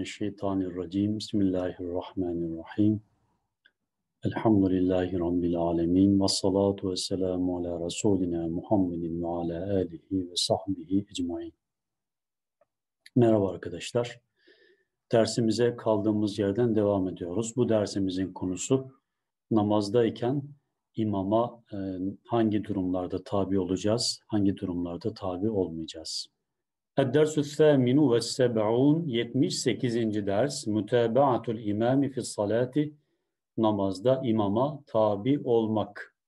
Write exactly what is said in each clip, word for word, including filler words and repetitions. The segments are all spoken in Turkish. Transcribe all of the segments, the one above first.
mineşşeytanirracim. Bismillahirrahmanirrahim. Elhamdülillahi Rabbil alemin. Ve salatu ve selamu ala Resulina Muhammedin ve ala alihi ve sahbihi ecmain. Merhaba arkadaşlar. Dersimize kaldığımız yerden devam ediyoruz. Bu dersimizin konusu namazdayken imama e, hangi durumlarda tabi olacağız, hangi durumlarda tabi olmayacağız. Ed-dersü thâminu ve seb'ûn yetmiş sekizinci ders mütâba'atul imâmi fis salâti namazda imama tabi olmak.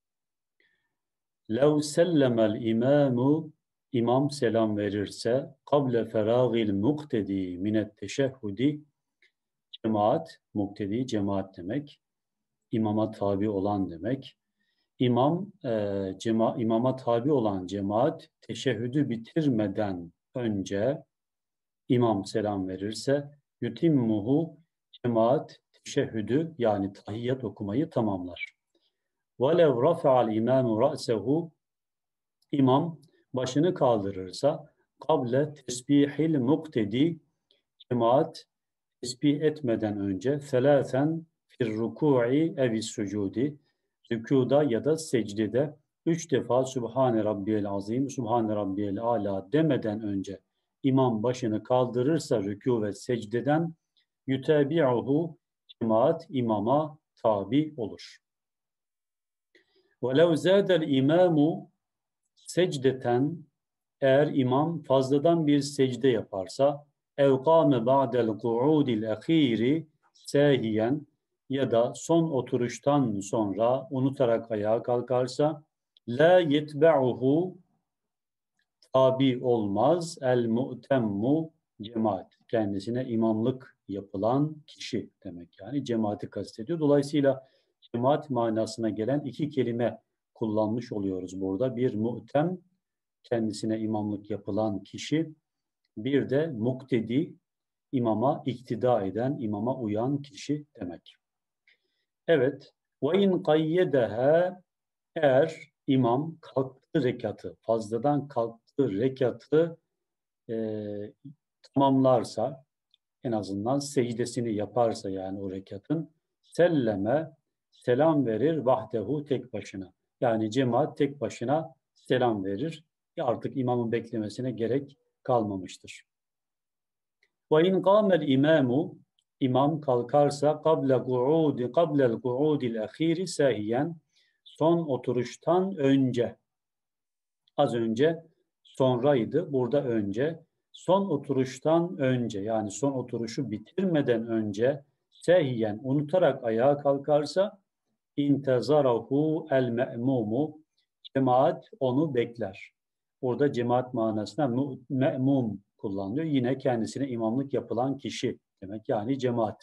Lev sellemel imâmu imam selam verirse kable ferâgil muktedi minet teşehhudi cemaat, muktedi cemaat demek. İmama tabi olan demek. İmam e, cema, imama tabi olan cemaat teşehhüdü bitirmeden önce imam selam verirse yutimmuhu cemaat teşehhüdü yani tahiyyat okumayı tamamlar. وَلَوْ رَفَعَ الْاِمَامُ رَأْسَهُ imam başını kaldırırsa kable tesbihil muktedi cemaat tesbih etmeden önce felâsen fir rukû'i evis sucudi rükuda ya da secdede üç defa Sübhane Rabbiyel Azim, Sübhane Rabbiyel Ala demeden önce imam başını kaldırırsa rükû ve secdeden yütebi'uhu cemaat imama tabi olur. وَلَوْ زَادَ الْاِمَامُ secdeten eğer imam fazladan bir secde yaparsa اَوْقَامَ بَعْدَ الْقُعُودِ الْاَخِيرِ sâhiyen ya da son oturuştan sonra unutarak ayağa kalkarsa la yetbe'uhu tabi olmaz el mu'temmu cemaat. Kendisine imamlık yapılan kişi demek yani cemaati kastediyor. Dolayısıyla cemaat manasına gelen iki kelime kullanmış oluyoruz burada. Bir mu'tem kendisine imamlık yapılan kişi, bir de muktedi imama iktida eden, imama uyan kişi demek. Evet. Ve in qayyedeha eğer imam kalktığı rekatı, fazladan kalktığı rekatı e, tamamlarsa, en azından secdesini yaparsa yani o rekatın selleme selam verir vahdehu tek başına. Yani cemaat tek başına selam verir. Ya artık imamın beklemesine gerek kalmamıştır. Ve in qâmel imâmu İmam kalkarsa kable gu'udi kablel gu'udil ahiri sahiyen son oturuştan önce az önce sonraydı burada önce son oturuştan önce yani son oturuşu bitirmeden önce sahiyen unutarak ayağa kalkarsa intezarahu el me'mumu cemaat onu bekler. Orada cemaat manasına me'mum kullanılıyor. Yine kendisine imamlık yapılan kişi demek yani cemaat.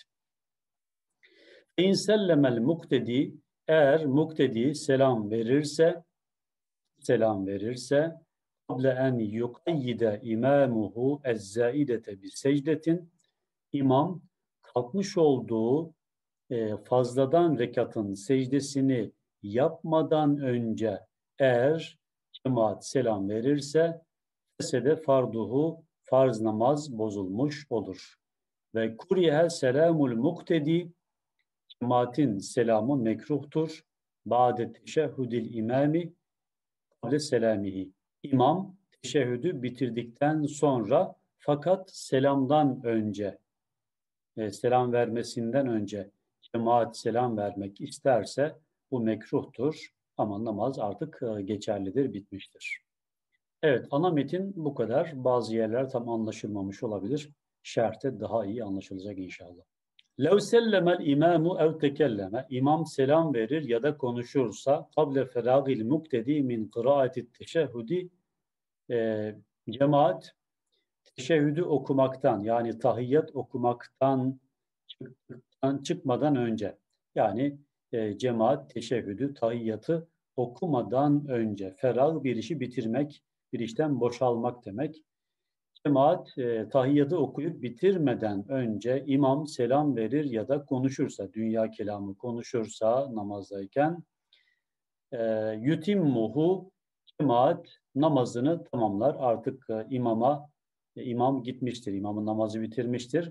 İn sellemel muktedi eğer muktedi selam verirse selam verirse kable en yukayyide imamuhu ezzaidete bi secdetin imam kalkmış olduğu e, fazladan rekatın secdesini yapmadan önce eğer cemaat selam verirse fesede farduhu farz namaz bozulmuş olur. Ve kuriyehel selamul muktedi cemaatin selamı mekruhtur. Ba'de teşehhüdil imami kable selamihi. İmam teşehhüdü bitirdikten sonra fakat selamdan önce e, selam vermesinden önce cemaat selam vermek isterse bu mekruhtur. Ama namaz artık e, geçerlidir, bitmiştir. Evet, ana metin bu kadar. Bazı yerler tam anlaşılmamış olabilir. Şerhte daha iyi anlaşılacak inşallah. Lev sellemel imamu ev tekelleme imam selam verir ya da konuşursa kable feragil muktedi min kıraati teşehhüdi e, cemaat teşehhüdü okumaktan yani tahiyyat okumaktan çıktıktan, çıkmadan önce yani e, cemaat teşehhüdü tahiyyatı okumadan önce ferag bir işi bitirmek bir işten boşalmak demek. Cemaat e, tahiyyatı okuyup bitirmeden önce imam selam verir ya da konuşursa, dünya kelamı konuşursa namazdayken e, yutimmuhu cemaat namazını tamamlar. Artık e, imama e, imam gitmiştir, imamın namazı bitirmiştir.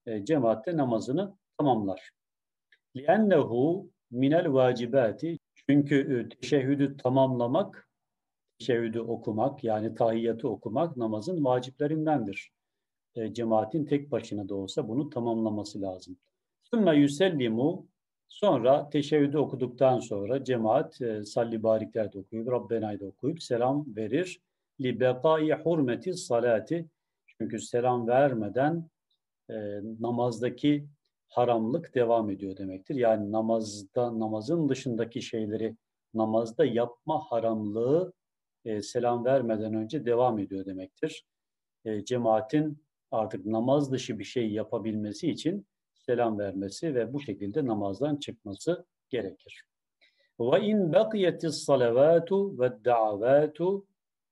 e, cemaatte namazını tamamlar. لِأَنَّهُ minel vacibati, çünkü e, teşehhüdü tamamlamak, teşehhüdü okumak yani tahiyyatı okumak namazın vaciplerindendir. E, cemaatin tek başına da olsa bunu tamamlaması lazım. Sümme yüsellimu, sonra teşehhüdü okuduktan sonra cemaat e, salli barikler de okuyup Rabbena'yı da okuyup selam verir. Li bekai hurmeti salati, çünkü selam vermeden e, namazdaki haramlık devam ediyor demektir. Yani namazda, namazın dışındaki şeyleri namazda yapma haramlığı e, selam vermeden önce devam ediyor demektir. E, cemaatin artık namaz dışı bir şey yapabilmesi için selam vermesi ve bu şekilde namazdan çıkması gerekir. Ve in bakiyetis salavatu ve davatu,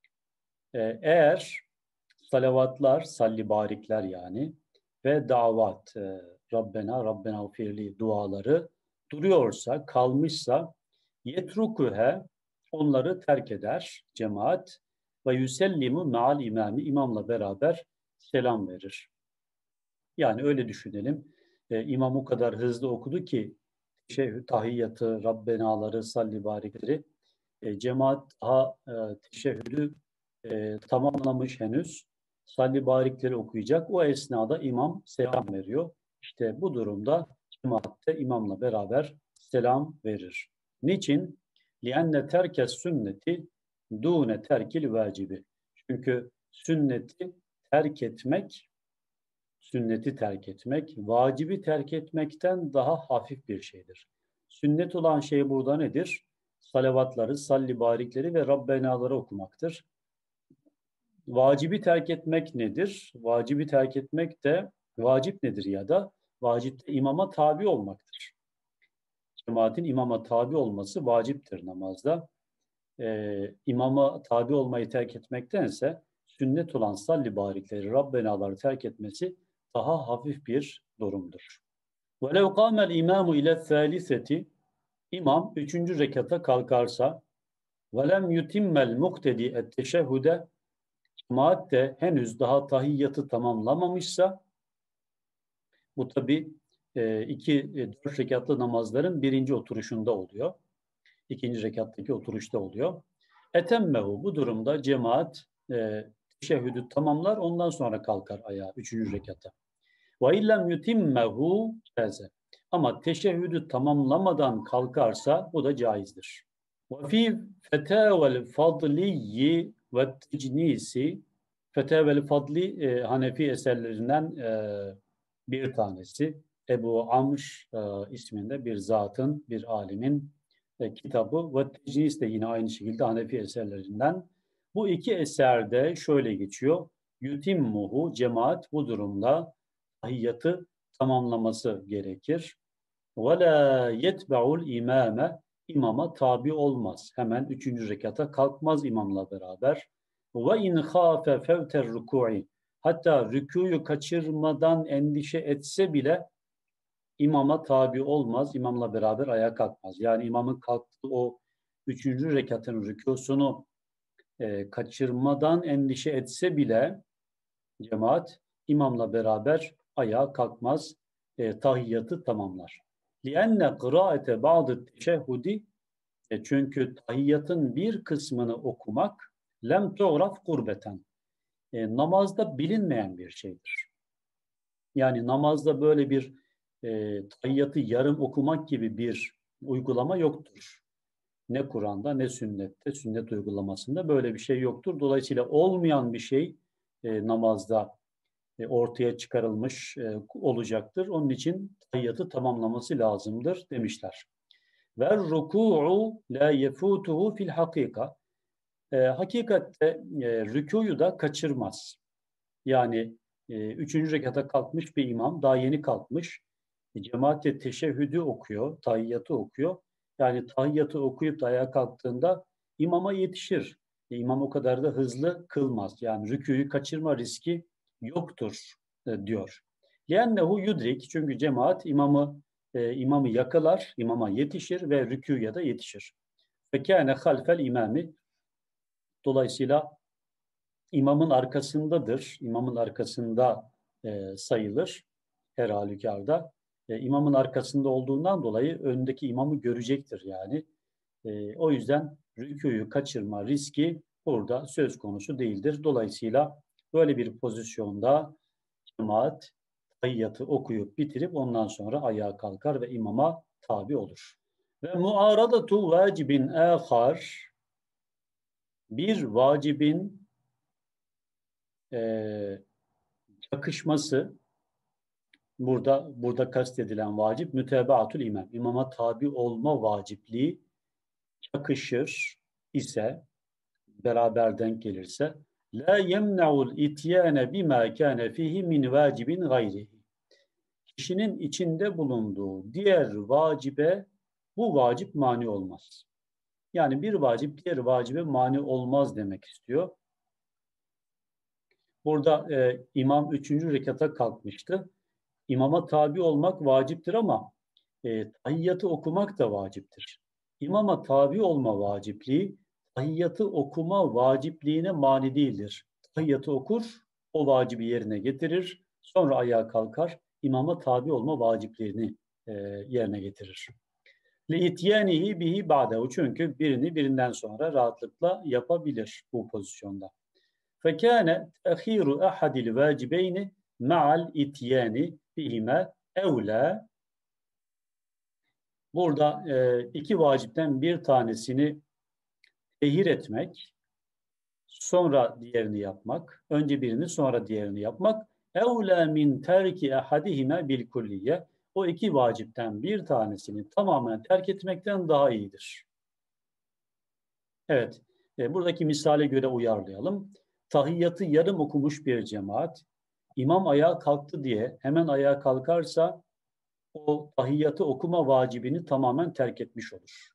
eğer salavatlar, salli barikler yani ve davat, e, Rabbena, Rabbena ufirli duaları duruyorsa, kalmışsa yetrukuhe, onları terk eder cemaat ve yüsellimu me'al imami, imamla beraber selam verir. Yani öyle düşünelim. E, imam o kadar hızlı okudu ki şey, tahiyyatı, Rabbenaları, salli barikleri, e, cemaat daha e, teşehhüdü e, tamamlamış henüz. Salli barikleri okuyacak. O esnada imam selam veriyor. İşte bu durumda cemaatte imamla beraber selam verir. Niçin? لِأَنَّ تَرْكَ sünneti dûne terkil vacibi. Çünkü sünneti terk etmek, sünneti terk etmek, vacibi terk etmekten daha hafif bir şeydir. Sünnet olan şey burada nedir? Salavatları, salli barikleri ve Rabbenaları okumaktır. Vacibi terk etmek nedir? Vacibi terk etmek de, vacip nedir ya da? Vacip de imama tabi olmaktır. Cemaatin imama tabi olması vaciptir namazda. Ee, imama tabi olmayı terk etmektense sünnet olan salli barikleri, Rabbenaları terk etmesi daha hafif bir durumdur. وَلَوْ قَامَ الْاِمَامُ اِلَى الثَّالِثَةِ, İmam üçüncü rekata kalkarsa وَلَمْ يُتِمَّ الْمُقْتَدِي التَّشَهُدَ, cemaat de henüz daha tahiyyatı tamamlamamışsa, bu tabi e, iki, e, dört rekatlı namazların birinci oturuşunda oluyor. İkinci rekattaki oturuşta oluyor. Etemmehu, bu durumda cemaat e, teşehhüdü tamamlar, ondan sonra kalkar ayağa üçüncü rekata. Ve illem yutimmehu caze. Ama teşehhüdü tamamlamadan kalkarsa bu da caizdir. Ve fi fetâvel fadliyyi ve tecnisi, Fetâvel Fadli e, Hanefi eserlerinden e, bir tanesi. Ebu Amr e, isminde bir zatın, bir alimin e, kitabı ve Tecnis de yine aynı şekilde Hanefi eserlerinden. Bu iki eserde şöyle geçiyor. Yutimmuhu, cemaat bu durumda tahiyyatı tamamlaması gerekir. Ve la yetbe'ul imame, imama tabi olmaz. Hemen üçüncü rekata kalkmaz imamla beraber. Ve in khâfe fevter rükû'i, hatta rükûyu kaçırmadan endişe etse bile imama tabi olmaz, imamla beraber ayağa kalkmaz. Yani imamın kalktığı o üçüncü rekatın rükûsunu e, kaçırmadan endişe etse bile cemaat imamla beraber ayağa kalkmaz, e, tahiyyatı tamamlar. لِأَنَّ قِرَاءَةَ بَعْضِ التَّشَهُّدِ, çünkü tahiyyatın bir kısmını okumak lem tu'raf kurbeten, e, namazda bilinmeyen bir şeydir. Yani namazda böyle bir e, tahiyyatı yarım okumak gibi bir uygulama yoktur. Ne Kur'an'da ne sünnette, sünnet uygulamasında böyle bir şey yoktur. Dolayısıyla olmayan bir şey e, namazda e, ortaya çıkarılmış e, olacaktır. Onun için tahiyyatı tamamlaması lazımdır demişler. Ve ruku'u la yefutuhu fil hakika. E, hakikatte e, rükûyu da kaçırmaz. Yani e, üçüncü rekata kalkmış bir imam, daha yeni kalkmış. E, cemaatle teşehhüdü okuyor, tahiyyatı okuyor. Yani tahiyyatı okuyup da ayağa kalktığında imama yetişir. E, imam o kadar da hızlı kılmaz. Yani rükûyu kaçırma riski yoktur e, diyor. Liennehu yudrik, çünkü cemaat imamı e, imamı yakalar, imama yetişir ve rükûya da yetişir. Ve kâne halfel imami, dolayısıyla imamın arkasındadır, imamın arkasında e, sayılır. her halükarda. E, imamın arkasında olduğundan dolayı öndeki imamı görecektir yani. E, o yüzden rükûyu kaçırma riski burada söz konusu değildir. Dolayısıyla böyle bir pozisyonda cemaat tahiyyatı okuyup bitirip ondan sonra ayağa kalkar ve imama tabi olur. Ve muaradatu vacibin âkhar, bir vacibin e, çakışması, burada burada kastedilen vacip mütebaatul imam. İmama tabi olma vacipliği çakışır ise, beraber denk gelirse, la yemna'ul ityane bima kana fihi min vacibin gayrihi. Kişinin içinde bulunduğu diğer vacibe bu vacip mani olmaz. Yani bir vacip diğer vacibe mani olmaz demek istiyor. Burada e, imam üçüncü rekata kalkmıştı. İmama tabi olmak vaciptir ama e, tahiyyatı okumak da vaciptir. İmama tabi olma vacipliği tahiyyatı okuma vacipliğine mani değildir. Tahiyyatı okur, o vacibi yerine getirir, sonra ayağa kalkar, imama tabi olma vacipliğini e, yerine getirir. لِاِتْيَانِهِ bihi ba'dehu, çünkü birini birinden sonra rahatlıkla yapabilir bu pozisyonda. فَكَانَ تَخِيرُ اَحَدِ الْوَاجِبَيْنِ مَعَ الْاِتْيَانِ بِهِمَا اَوْلَى. Burada e, iki vacipten bir tanesini tehir etmek, sonra diğerini yapmak, önce birini sonra diğerini yapmak, اَوْلَى مِنْ تَرْكِ اَحَدِهِمَا بِالْكُلِّيَّ, o iki vacipten bir tanesini tamamen terk etmekten daha iyidir. Evet, e, buradaki misale göre uyarlayalım. Tahiyyatı yarım okumuş bir cemaat, imam ayağa kalktı diye hemen ayağa kalkarsa, o tahiyyatı okuma vacibini tamamen terk etmiş olur.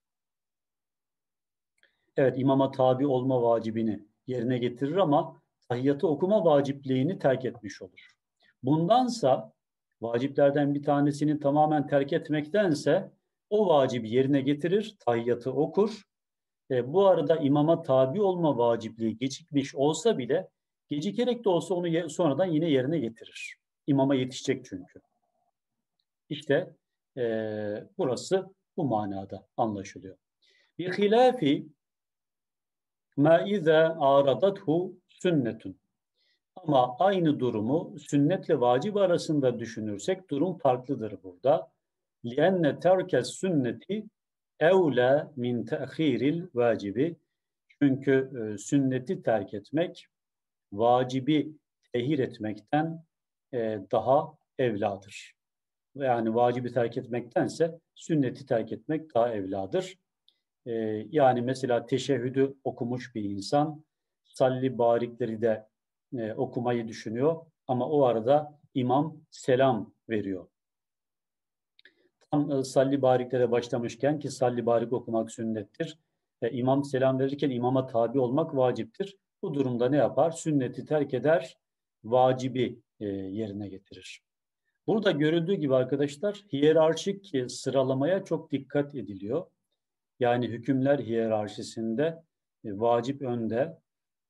Evet, imama tabi olma vacibini yerine getirir ama tahiyyatı okuma vacipliğini terk etmiş olur. Bundansa vaciplerden bir tanesini tamamen terk etmektense o vacibi yerine getirir, tahiyyatı okur. E, bu arada imama tabi olma vacipliği gecikmiş olsa bile gecikerek de olsa onu sonradan yine yerine getirir. İmama yetişecek çünkü. İşte e, burası bu manada anlaşılıyor. Bir hilafi ma iza aradathu sünnetun. Ama aynı durumu sünnetle vacip arasında düşünürsek durum farklıdır burada. لِأَنَّ تَرْكَ السُنَّةِ اَوْلَى مِنْ تَأْخِيرِ الْوَاcibi. Çünkü e, sünneti terk etmek, vacibi tehir etmekten e, daha evladır. Yani vacibi terk etmektense sünneti terk etmek daha evladır. E, yani mesela teşehhüdü okumuş bir insan, salli barikleri de e, okumayı düşünüyor ama o arada imam selam veriyor. Tam e, salli bariklere başlamışken, ki salli barik okumak sünnettir, e, imam selam verirken imama tabi olmak vaciptir. Bu durumda ne yapar? Sünneti terk eder, vacibi e, yerine getirir. Burada görüldüğü gibi arkadaşlar hiyerarşik sıralamaya çok dikkat ediliyor. Yani hükümler hiyerarşisinde e, vacip önde,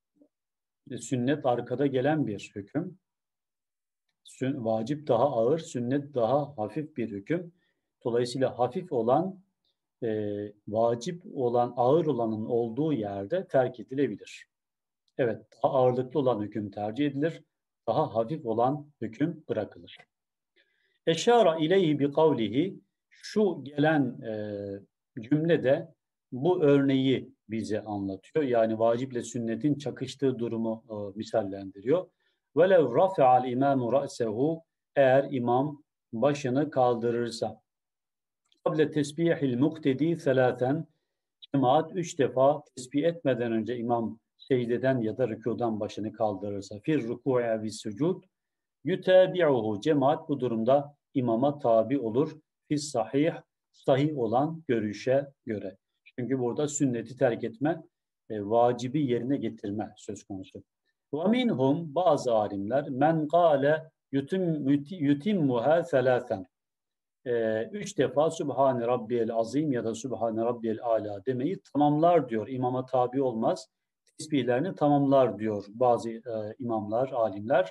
e, sünnet arkada gelen bir hüküm. Sün, vacip daha ağır, sünnet daha hafif bir hüküm. Dolayısıyla hafif olan, e, vacip olan, ağır olanın olduğu yerde terk edilebilir. Evet, daha ağırlıklı olan hüküm tercih edilir, daha hafif olan hüküm bırakılır. Eşara ileyhi bi kavlihi, şu gelen e, cümlede bu örneği bize anlatıyor. Yani vaciple sünnetin çakıştığı durumu e, misallendiriyor. Velev rafa'al imamu ra'sehu, eğer imam başını kaldırırsa. Kable tesbihil muktedi selaten, cemaat üç defa tesbih etmeden önce imam secdeden ya da rükudan başını kaldırırsa. Fir rükû'e ve sucud yütebi'uhu, cemaat bu durumda imama tabi olur. Fis sahih, sahih olan görüşe göre. Çünkü burada sünneti terk etme, e, vacibi yerine getirme söz konusu. Ve minhum, bazı alimler, men gâle yutimmuha selâsen. E, üç defa Sübhane Rabbiyel Azim ya da Sübhane Rabbiyel Ala demeyi tamamlar diyor. İmama tabi olmaz. Tesbihlerini tamamlar diyor bazı e, imamlar, alimler.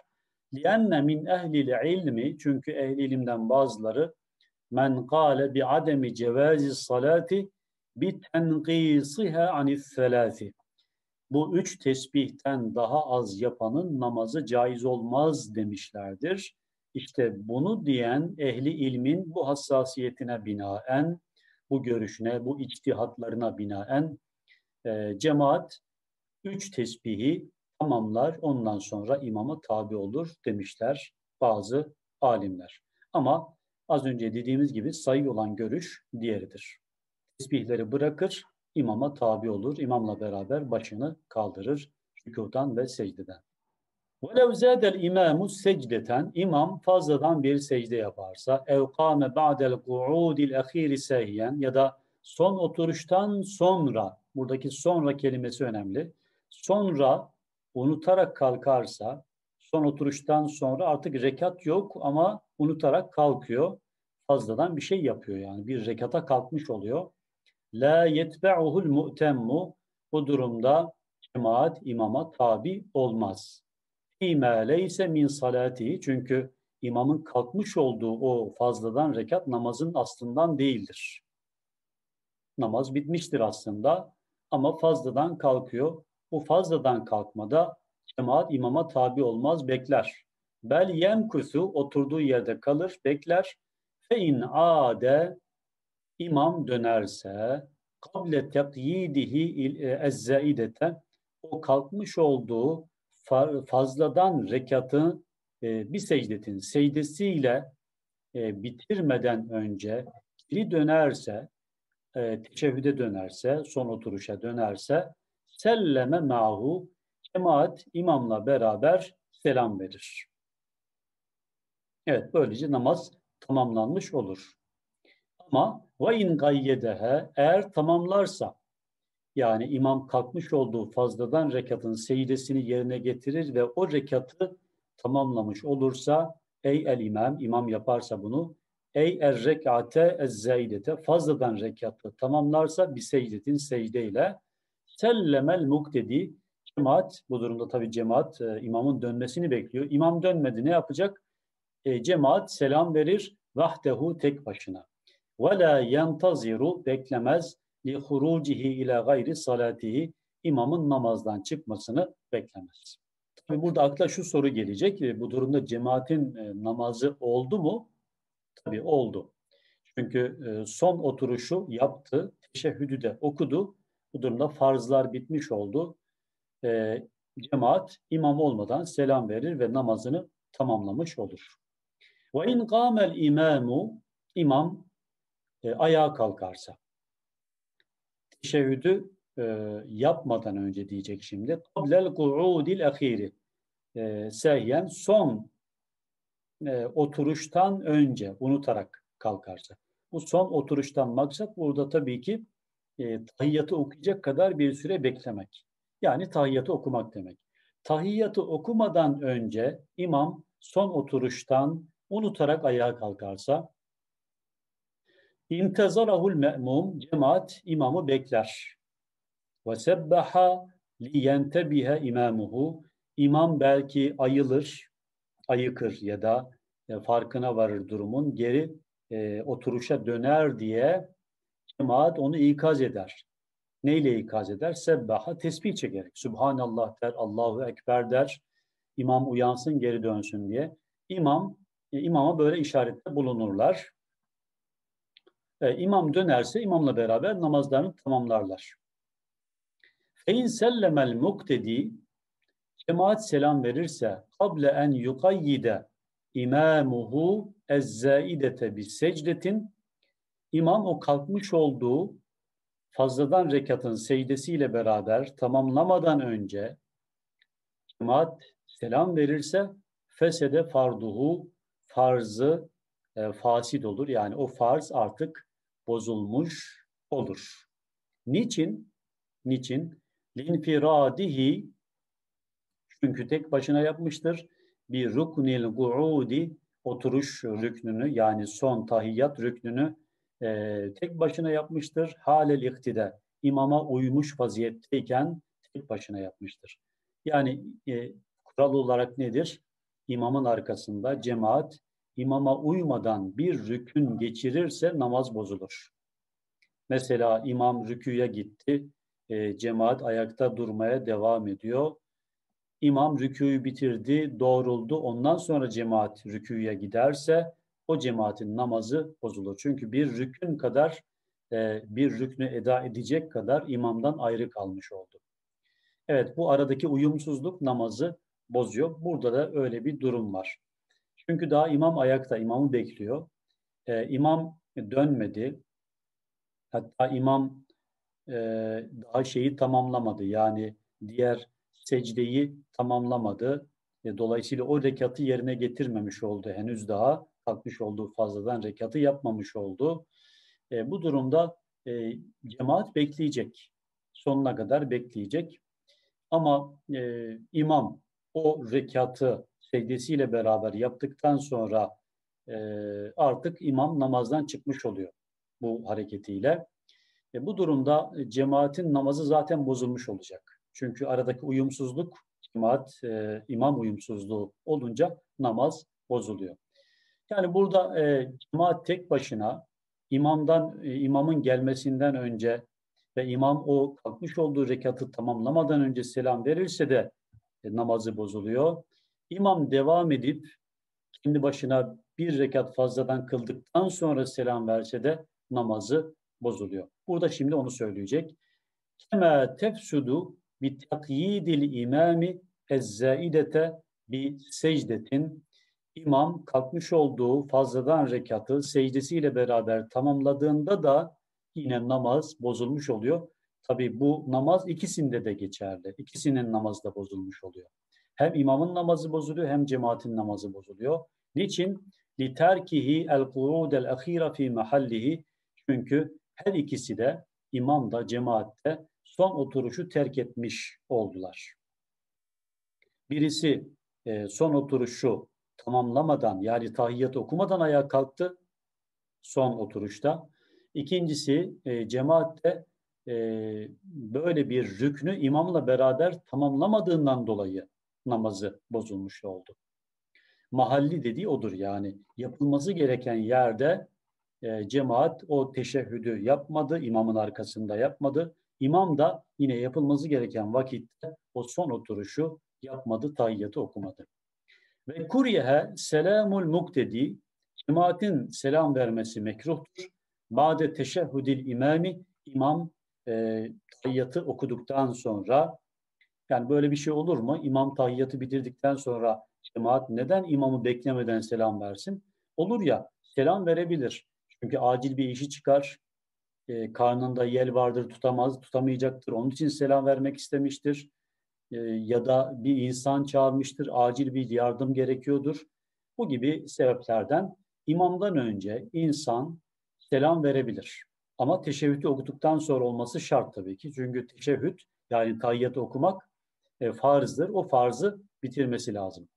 لِأَنَّ مِنْ اَهْلِ الْعِلْمِ Çünkü ehli ilimden bazıları men kâle bi ademi cevazi salati bi tenqîsiha anis selâsi. Bu üç tesbihten daha az yapanın namazı caiz olmaz demişlerdir. İşte bunu diyen ehli ilmin bu hassasiyetine binaen, bu görüşüne, bu içtihatlarına binaen e, cemaat üç tesbihi tamamlar, ondan sonra imama tabi olur demişler bazı alimler. Ama az önce dediğimiz gibi sayı olan görüş diğeridir. Tesbihleri bırakır, imama tabi olur, imamla beraber başını kaldırır rükudan ve secdeden. وَلَوْ زَادَ الْاِمَامُ secdeten imam fazladan bir secde yaparsa اَوْ قَامَ بَعْدَ الْقُعُودِ الْاَخِيرِ سَهِيًا ya da son oturuştan sonra, buradaki sonra kelimesi önemli, sonra unutarak kalkarsa, son oturuştan sonra artık rekat yok ama unutarak kalkıyor, fazladan bir şey yapıyor yani bir rekata kalkmış oluyor. La yetbe'uhul mu'temmu bu durumda cemaat imama tabi olmaz. İmâ leyse min salatihi çünkü imamın kalkmış olduğu o fazladan rekat namazın aslından değildir. Namaz bitmiştir aslında ama fazladan kalkıyor. Bu fazladan kalkmada cemaat imama tabi olmaz, bekler. Bel yemkusu oturduğu yerde kalır, bekler. Fe in ade imam dönerse kable tekyidihi ezzaidete o kalkmış olduğu fazladan rekatı e, bir secdetin secdesiyle e, bitirmeden önce geri dönerse, e, teşehhüde dönerse, son oturuşa dönerse selleme mahu cemaat imamla beraber selam verir. Evet, böylece namaz tamamlanmış olur. Ama ve in gayyedehe eğer tamamlarsa yani imam kalkmış olduğu fazladan rekatın secdesini yerine getirir ve o rekatı tamamlamış olursa ey el imam imam yaparsa bunu ey er rekate ez zaidete fazladan rekatı tamamlarsa bir secdetin secdeyle sellemel muktedi cemaat bu durumda tabi cemaat e, imamın dönmesini bekliyor. İmam dönmedi ne yapacak? E, cemaat selam verir vahdehu tek başına. Ve la yantaziru beklemez li hurucihi ila gayri salatihi imamın namazdan çıkmasını beklemez. Tabii burada akla şu soru gelecek. Bu durumda cemaatin e, namazı oldu mu? Tabii oldu. Çünkü e, son oturuşu yaptı, teşehhüdü de okudu. Bu durumda farzlar bitmiş oldu. E, cemaat imam olmadan selam verir ve namazını tamamlamış olur. Ve in kâmel imamu imam e, ayağa kalkarsa. Teşehhüdü e, yapmadan önce diyecek şimdi. Kablel ku'udil ahiri. E, sehyen son e, oturuştan önce unutarak kalkarsa. Bu son oturuştan maksat burada tabii ki e, tahiyyatı okuyacak kadar bir süre beklemek. Yani tahiyyatı okumak demek. Tahiyyatı okumadan önce imam son oturuştan unutarak ayağa kalkarsa İntezarahul me'mum cemaat imamı bekler. Ve sebbaha liyentebihe imamuhu imam belki ayılır, ayıkır ya da e, farkına varır durumun geri e, oturuşa döner diye cemaat onu ikaz eder. Neyle ikaz eder? Sebbaha tesbih çekerek. Subhanallah der, Allahu Ekber der. İmam uyansın geri dönsün diye. İmam, e, imama böyle işarette bulunurlar. E, imam dönerse imamla beraber namazlarını tamamlarlar. Fein sellemel muktedi cemaat selam verirse kable en yukayyide imamuhu ezzaidete bis secdetin imam o kalkmış olduğu fazladan rekatın secdesiyle beraber tamamlamadan önce cemaat selam verirse fesede farduhu farzı e, fasid olur. Yani o farz artık bozulmuş olur. Niçin? Niçin? Linfiradihi çünkü tek başına yapmıştır. Bir ruknil guudi oturuş rüknünü yani son tahiyyat rüknünü e, tek başına yapmıştır. Halel iktide imama uymuş vaziyetteyken tek başına yapmıştır. Yani e, kural olarak nedir? imamın arkasında cemaat imama uymadan bir rükün geçirirse namaz bozulur. Mesela imam rüküye gitti, e, cemaat ayakta durmaya devam ediyor. İmam rükûyu bitirdi, doğruldu. Ondan sonra cemaat rükûya giderse o cemaatin namazı bozulur. Çünkü bir rükün kadar, e, bir rüknü eda edecek kadar imamdan ayrı kalmış oldu. Evet, bu aradaki uyumsuzluk namazı bozuyor. Burada da öyle bir durum var. Çünkü daha imam ayakta, imamı bekliyor. E, imam dönmedi. Hatta imam e, daha şeyi tamamlamadı. Yani diğer secdeyi tamamlamadı. E, dolayısıyla o rekatı yerine getirmemiş oldu. Henüz daha kalkmış olduğu fazladan rekatı yapmamış oldu. E, bu durumda e, cemaat bekleyecek. Sonuna kadar bekleyecek. Ama e, imam o rekatı secdesiyle beraber yaptıktan sonra e, artık imam namazdan çıkmış oluyor bu hareketiyle. E, bu durumda e, cemaatin namazı zaten bozulmuş olacak. Çünkü aradaki uyumsuzluk, cemaat, e, imam uyumsuzluğu olunca namaz bozuluyor. Yani burada e, cemaat tek başına imamdan, e, imamın gelmesinden önce ve imam o kalkmış olduğu rekatı tamamlamadan önce selam verirse de e, namazı bozuluyor. İmam devam edip kendi başına bir rekat fazladan kıldıktan sonra selam verse de namazı bozuluyor. Burada şimdi onu söyleyecek. Kema tefsudu bi takyidil imami ezzaidete bi secdetin. İmam kalkmış olduğu fazladan rekatı secdesiyle beraber tamamladığında da yine namaz bozulmuş oluyor. Tabii bu namaz ikisinde de geçerli. İkisinin namazı da bozulmuş oluyor. Hem imamın namazı bozuluyor hem cemaatin namazı bozuluyor. Niçin? لِتَرْكِهِ الْقُعُودَ الْأَخِيرَ فِي مَحَلِّهِ. Çünkü her ikisi de imam da cemaatte son oturuşu terk etmiş oldular. Birisi e, son oturuşu tamamlamadan yani tahiyyat okumadan ayağa kalktı son oturuşta. İkincisi e, cemaatte e, böyle bir rüknü imamla beraber tamamlamadığından dolayı namazı bozulmuş oldu. Mahalli dediği odur yani yapılması gereken yerde e, cemaat o teşehhüdü yapmadı, imamın arkasında yapmadı. İmam da yine yapılması gereken vakitte o son oturuşu yapmadı, tahiyyatı okumadı. Ve kuriyehe selamul muktedi, cemaatin selam vermesi mekruhtur. Ba'de teşehhüdil imami, imam e, tahiyyatı okuduktan sonra, yani böyle bir şey olur mu? İmam tahiyyatı bitirdikten sonra cemaat neden imamı beklemeden selam versin? Olur ya, selam verebilir. Çünkü acil bir işi çıkar, e, karnında yel vardır, tutamaz, tutamayacaktır. Onun için selam vermek istemiştir. E, ya da bir insan çağırmıştır, acil bir yardım gerekiyordur. Bu gibi sebeplerden imamdan önce insan selam verebilir. Ama teşehhüdü okuduktan sonra olması şart tabii ki. Çünkü teşehhüd yani tahiyyatı okumak e, farzdır. O farzı bitirmesi lazım.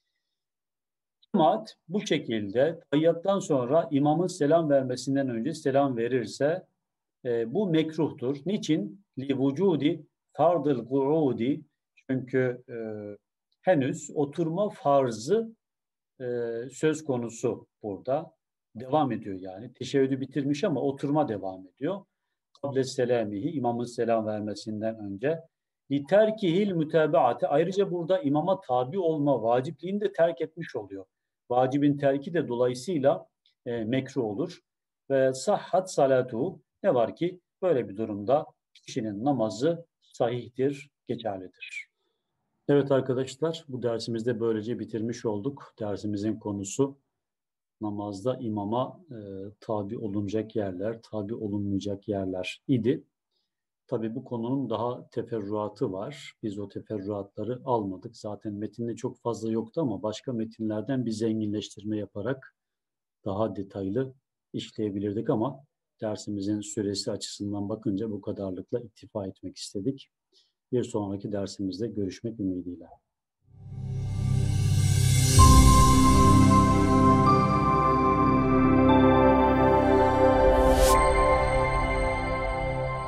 Cemaat bu şekilde tahiyyattan sonra imamın selam vermesinden önce selam verirse e, bu mekruhtur. Niçin? Li vücudi fardıl guudi, çünkü e, henüz oturma farzı e, söz konusu burada. Devam ediyor yani. Teşehhüdü bitirmiş ama oturma devam ediyor. Kable selamihi, imamın selam vermesinden önce. Li terkihil mütebaate, ayrıca burada imama tabi olma vacipliğini de terk etmiş oluyor. Vacibin terki de dolayısıyla e, mekruh olur. Ve sahhat salatu, ne var ki böyle bir durumda kişinin namazı sahihtir, geçerlidir. Evet arkadaşlar, bu dersimizde böylece bitirmiş olduk. Dersimizin konusu namazda imama e, tabi olunacak yerler, tabi olunmayacak yerler idi. Tabii bu konunun daha teferruatı var. Biz o teferruatları almadık. Zaten metinde çok fazla yoktu ama başka metinlerden bir zenginleştirme yaparak daha detaylı işleyebilirdik ama dersimizin süresi açısından bakınca bu kadarlıkla iktifa etmek istedik. Bir sonraki dersimizde görüşmek ümidiyle.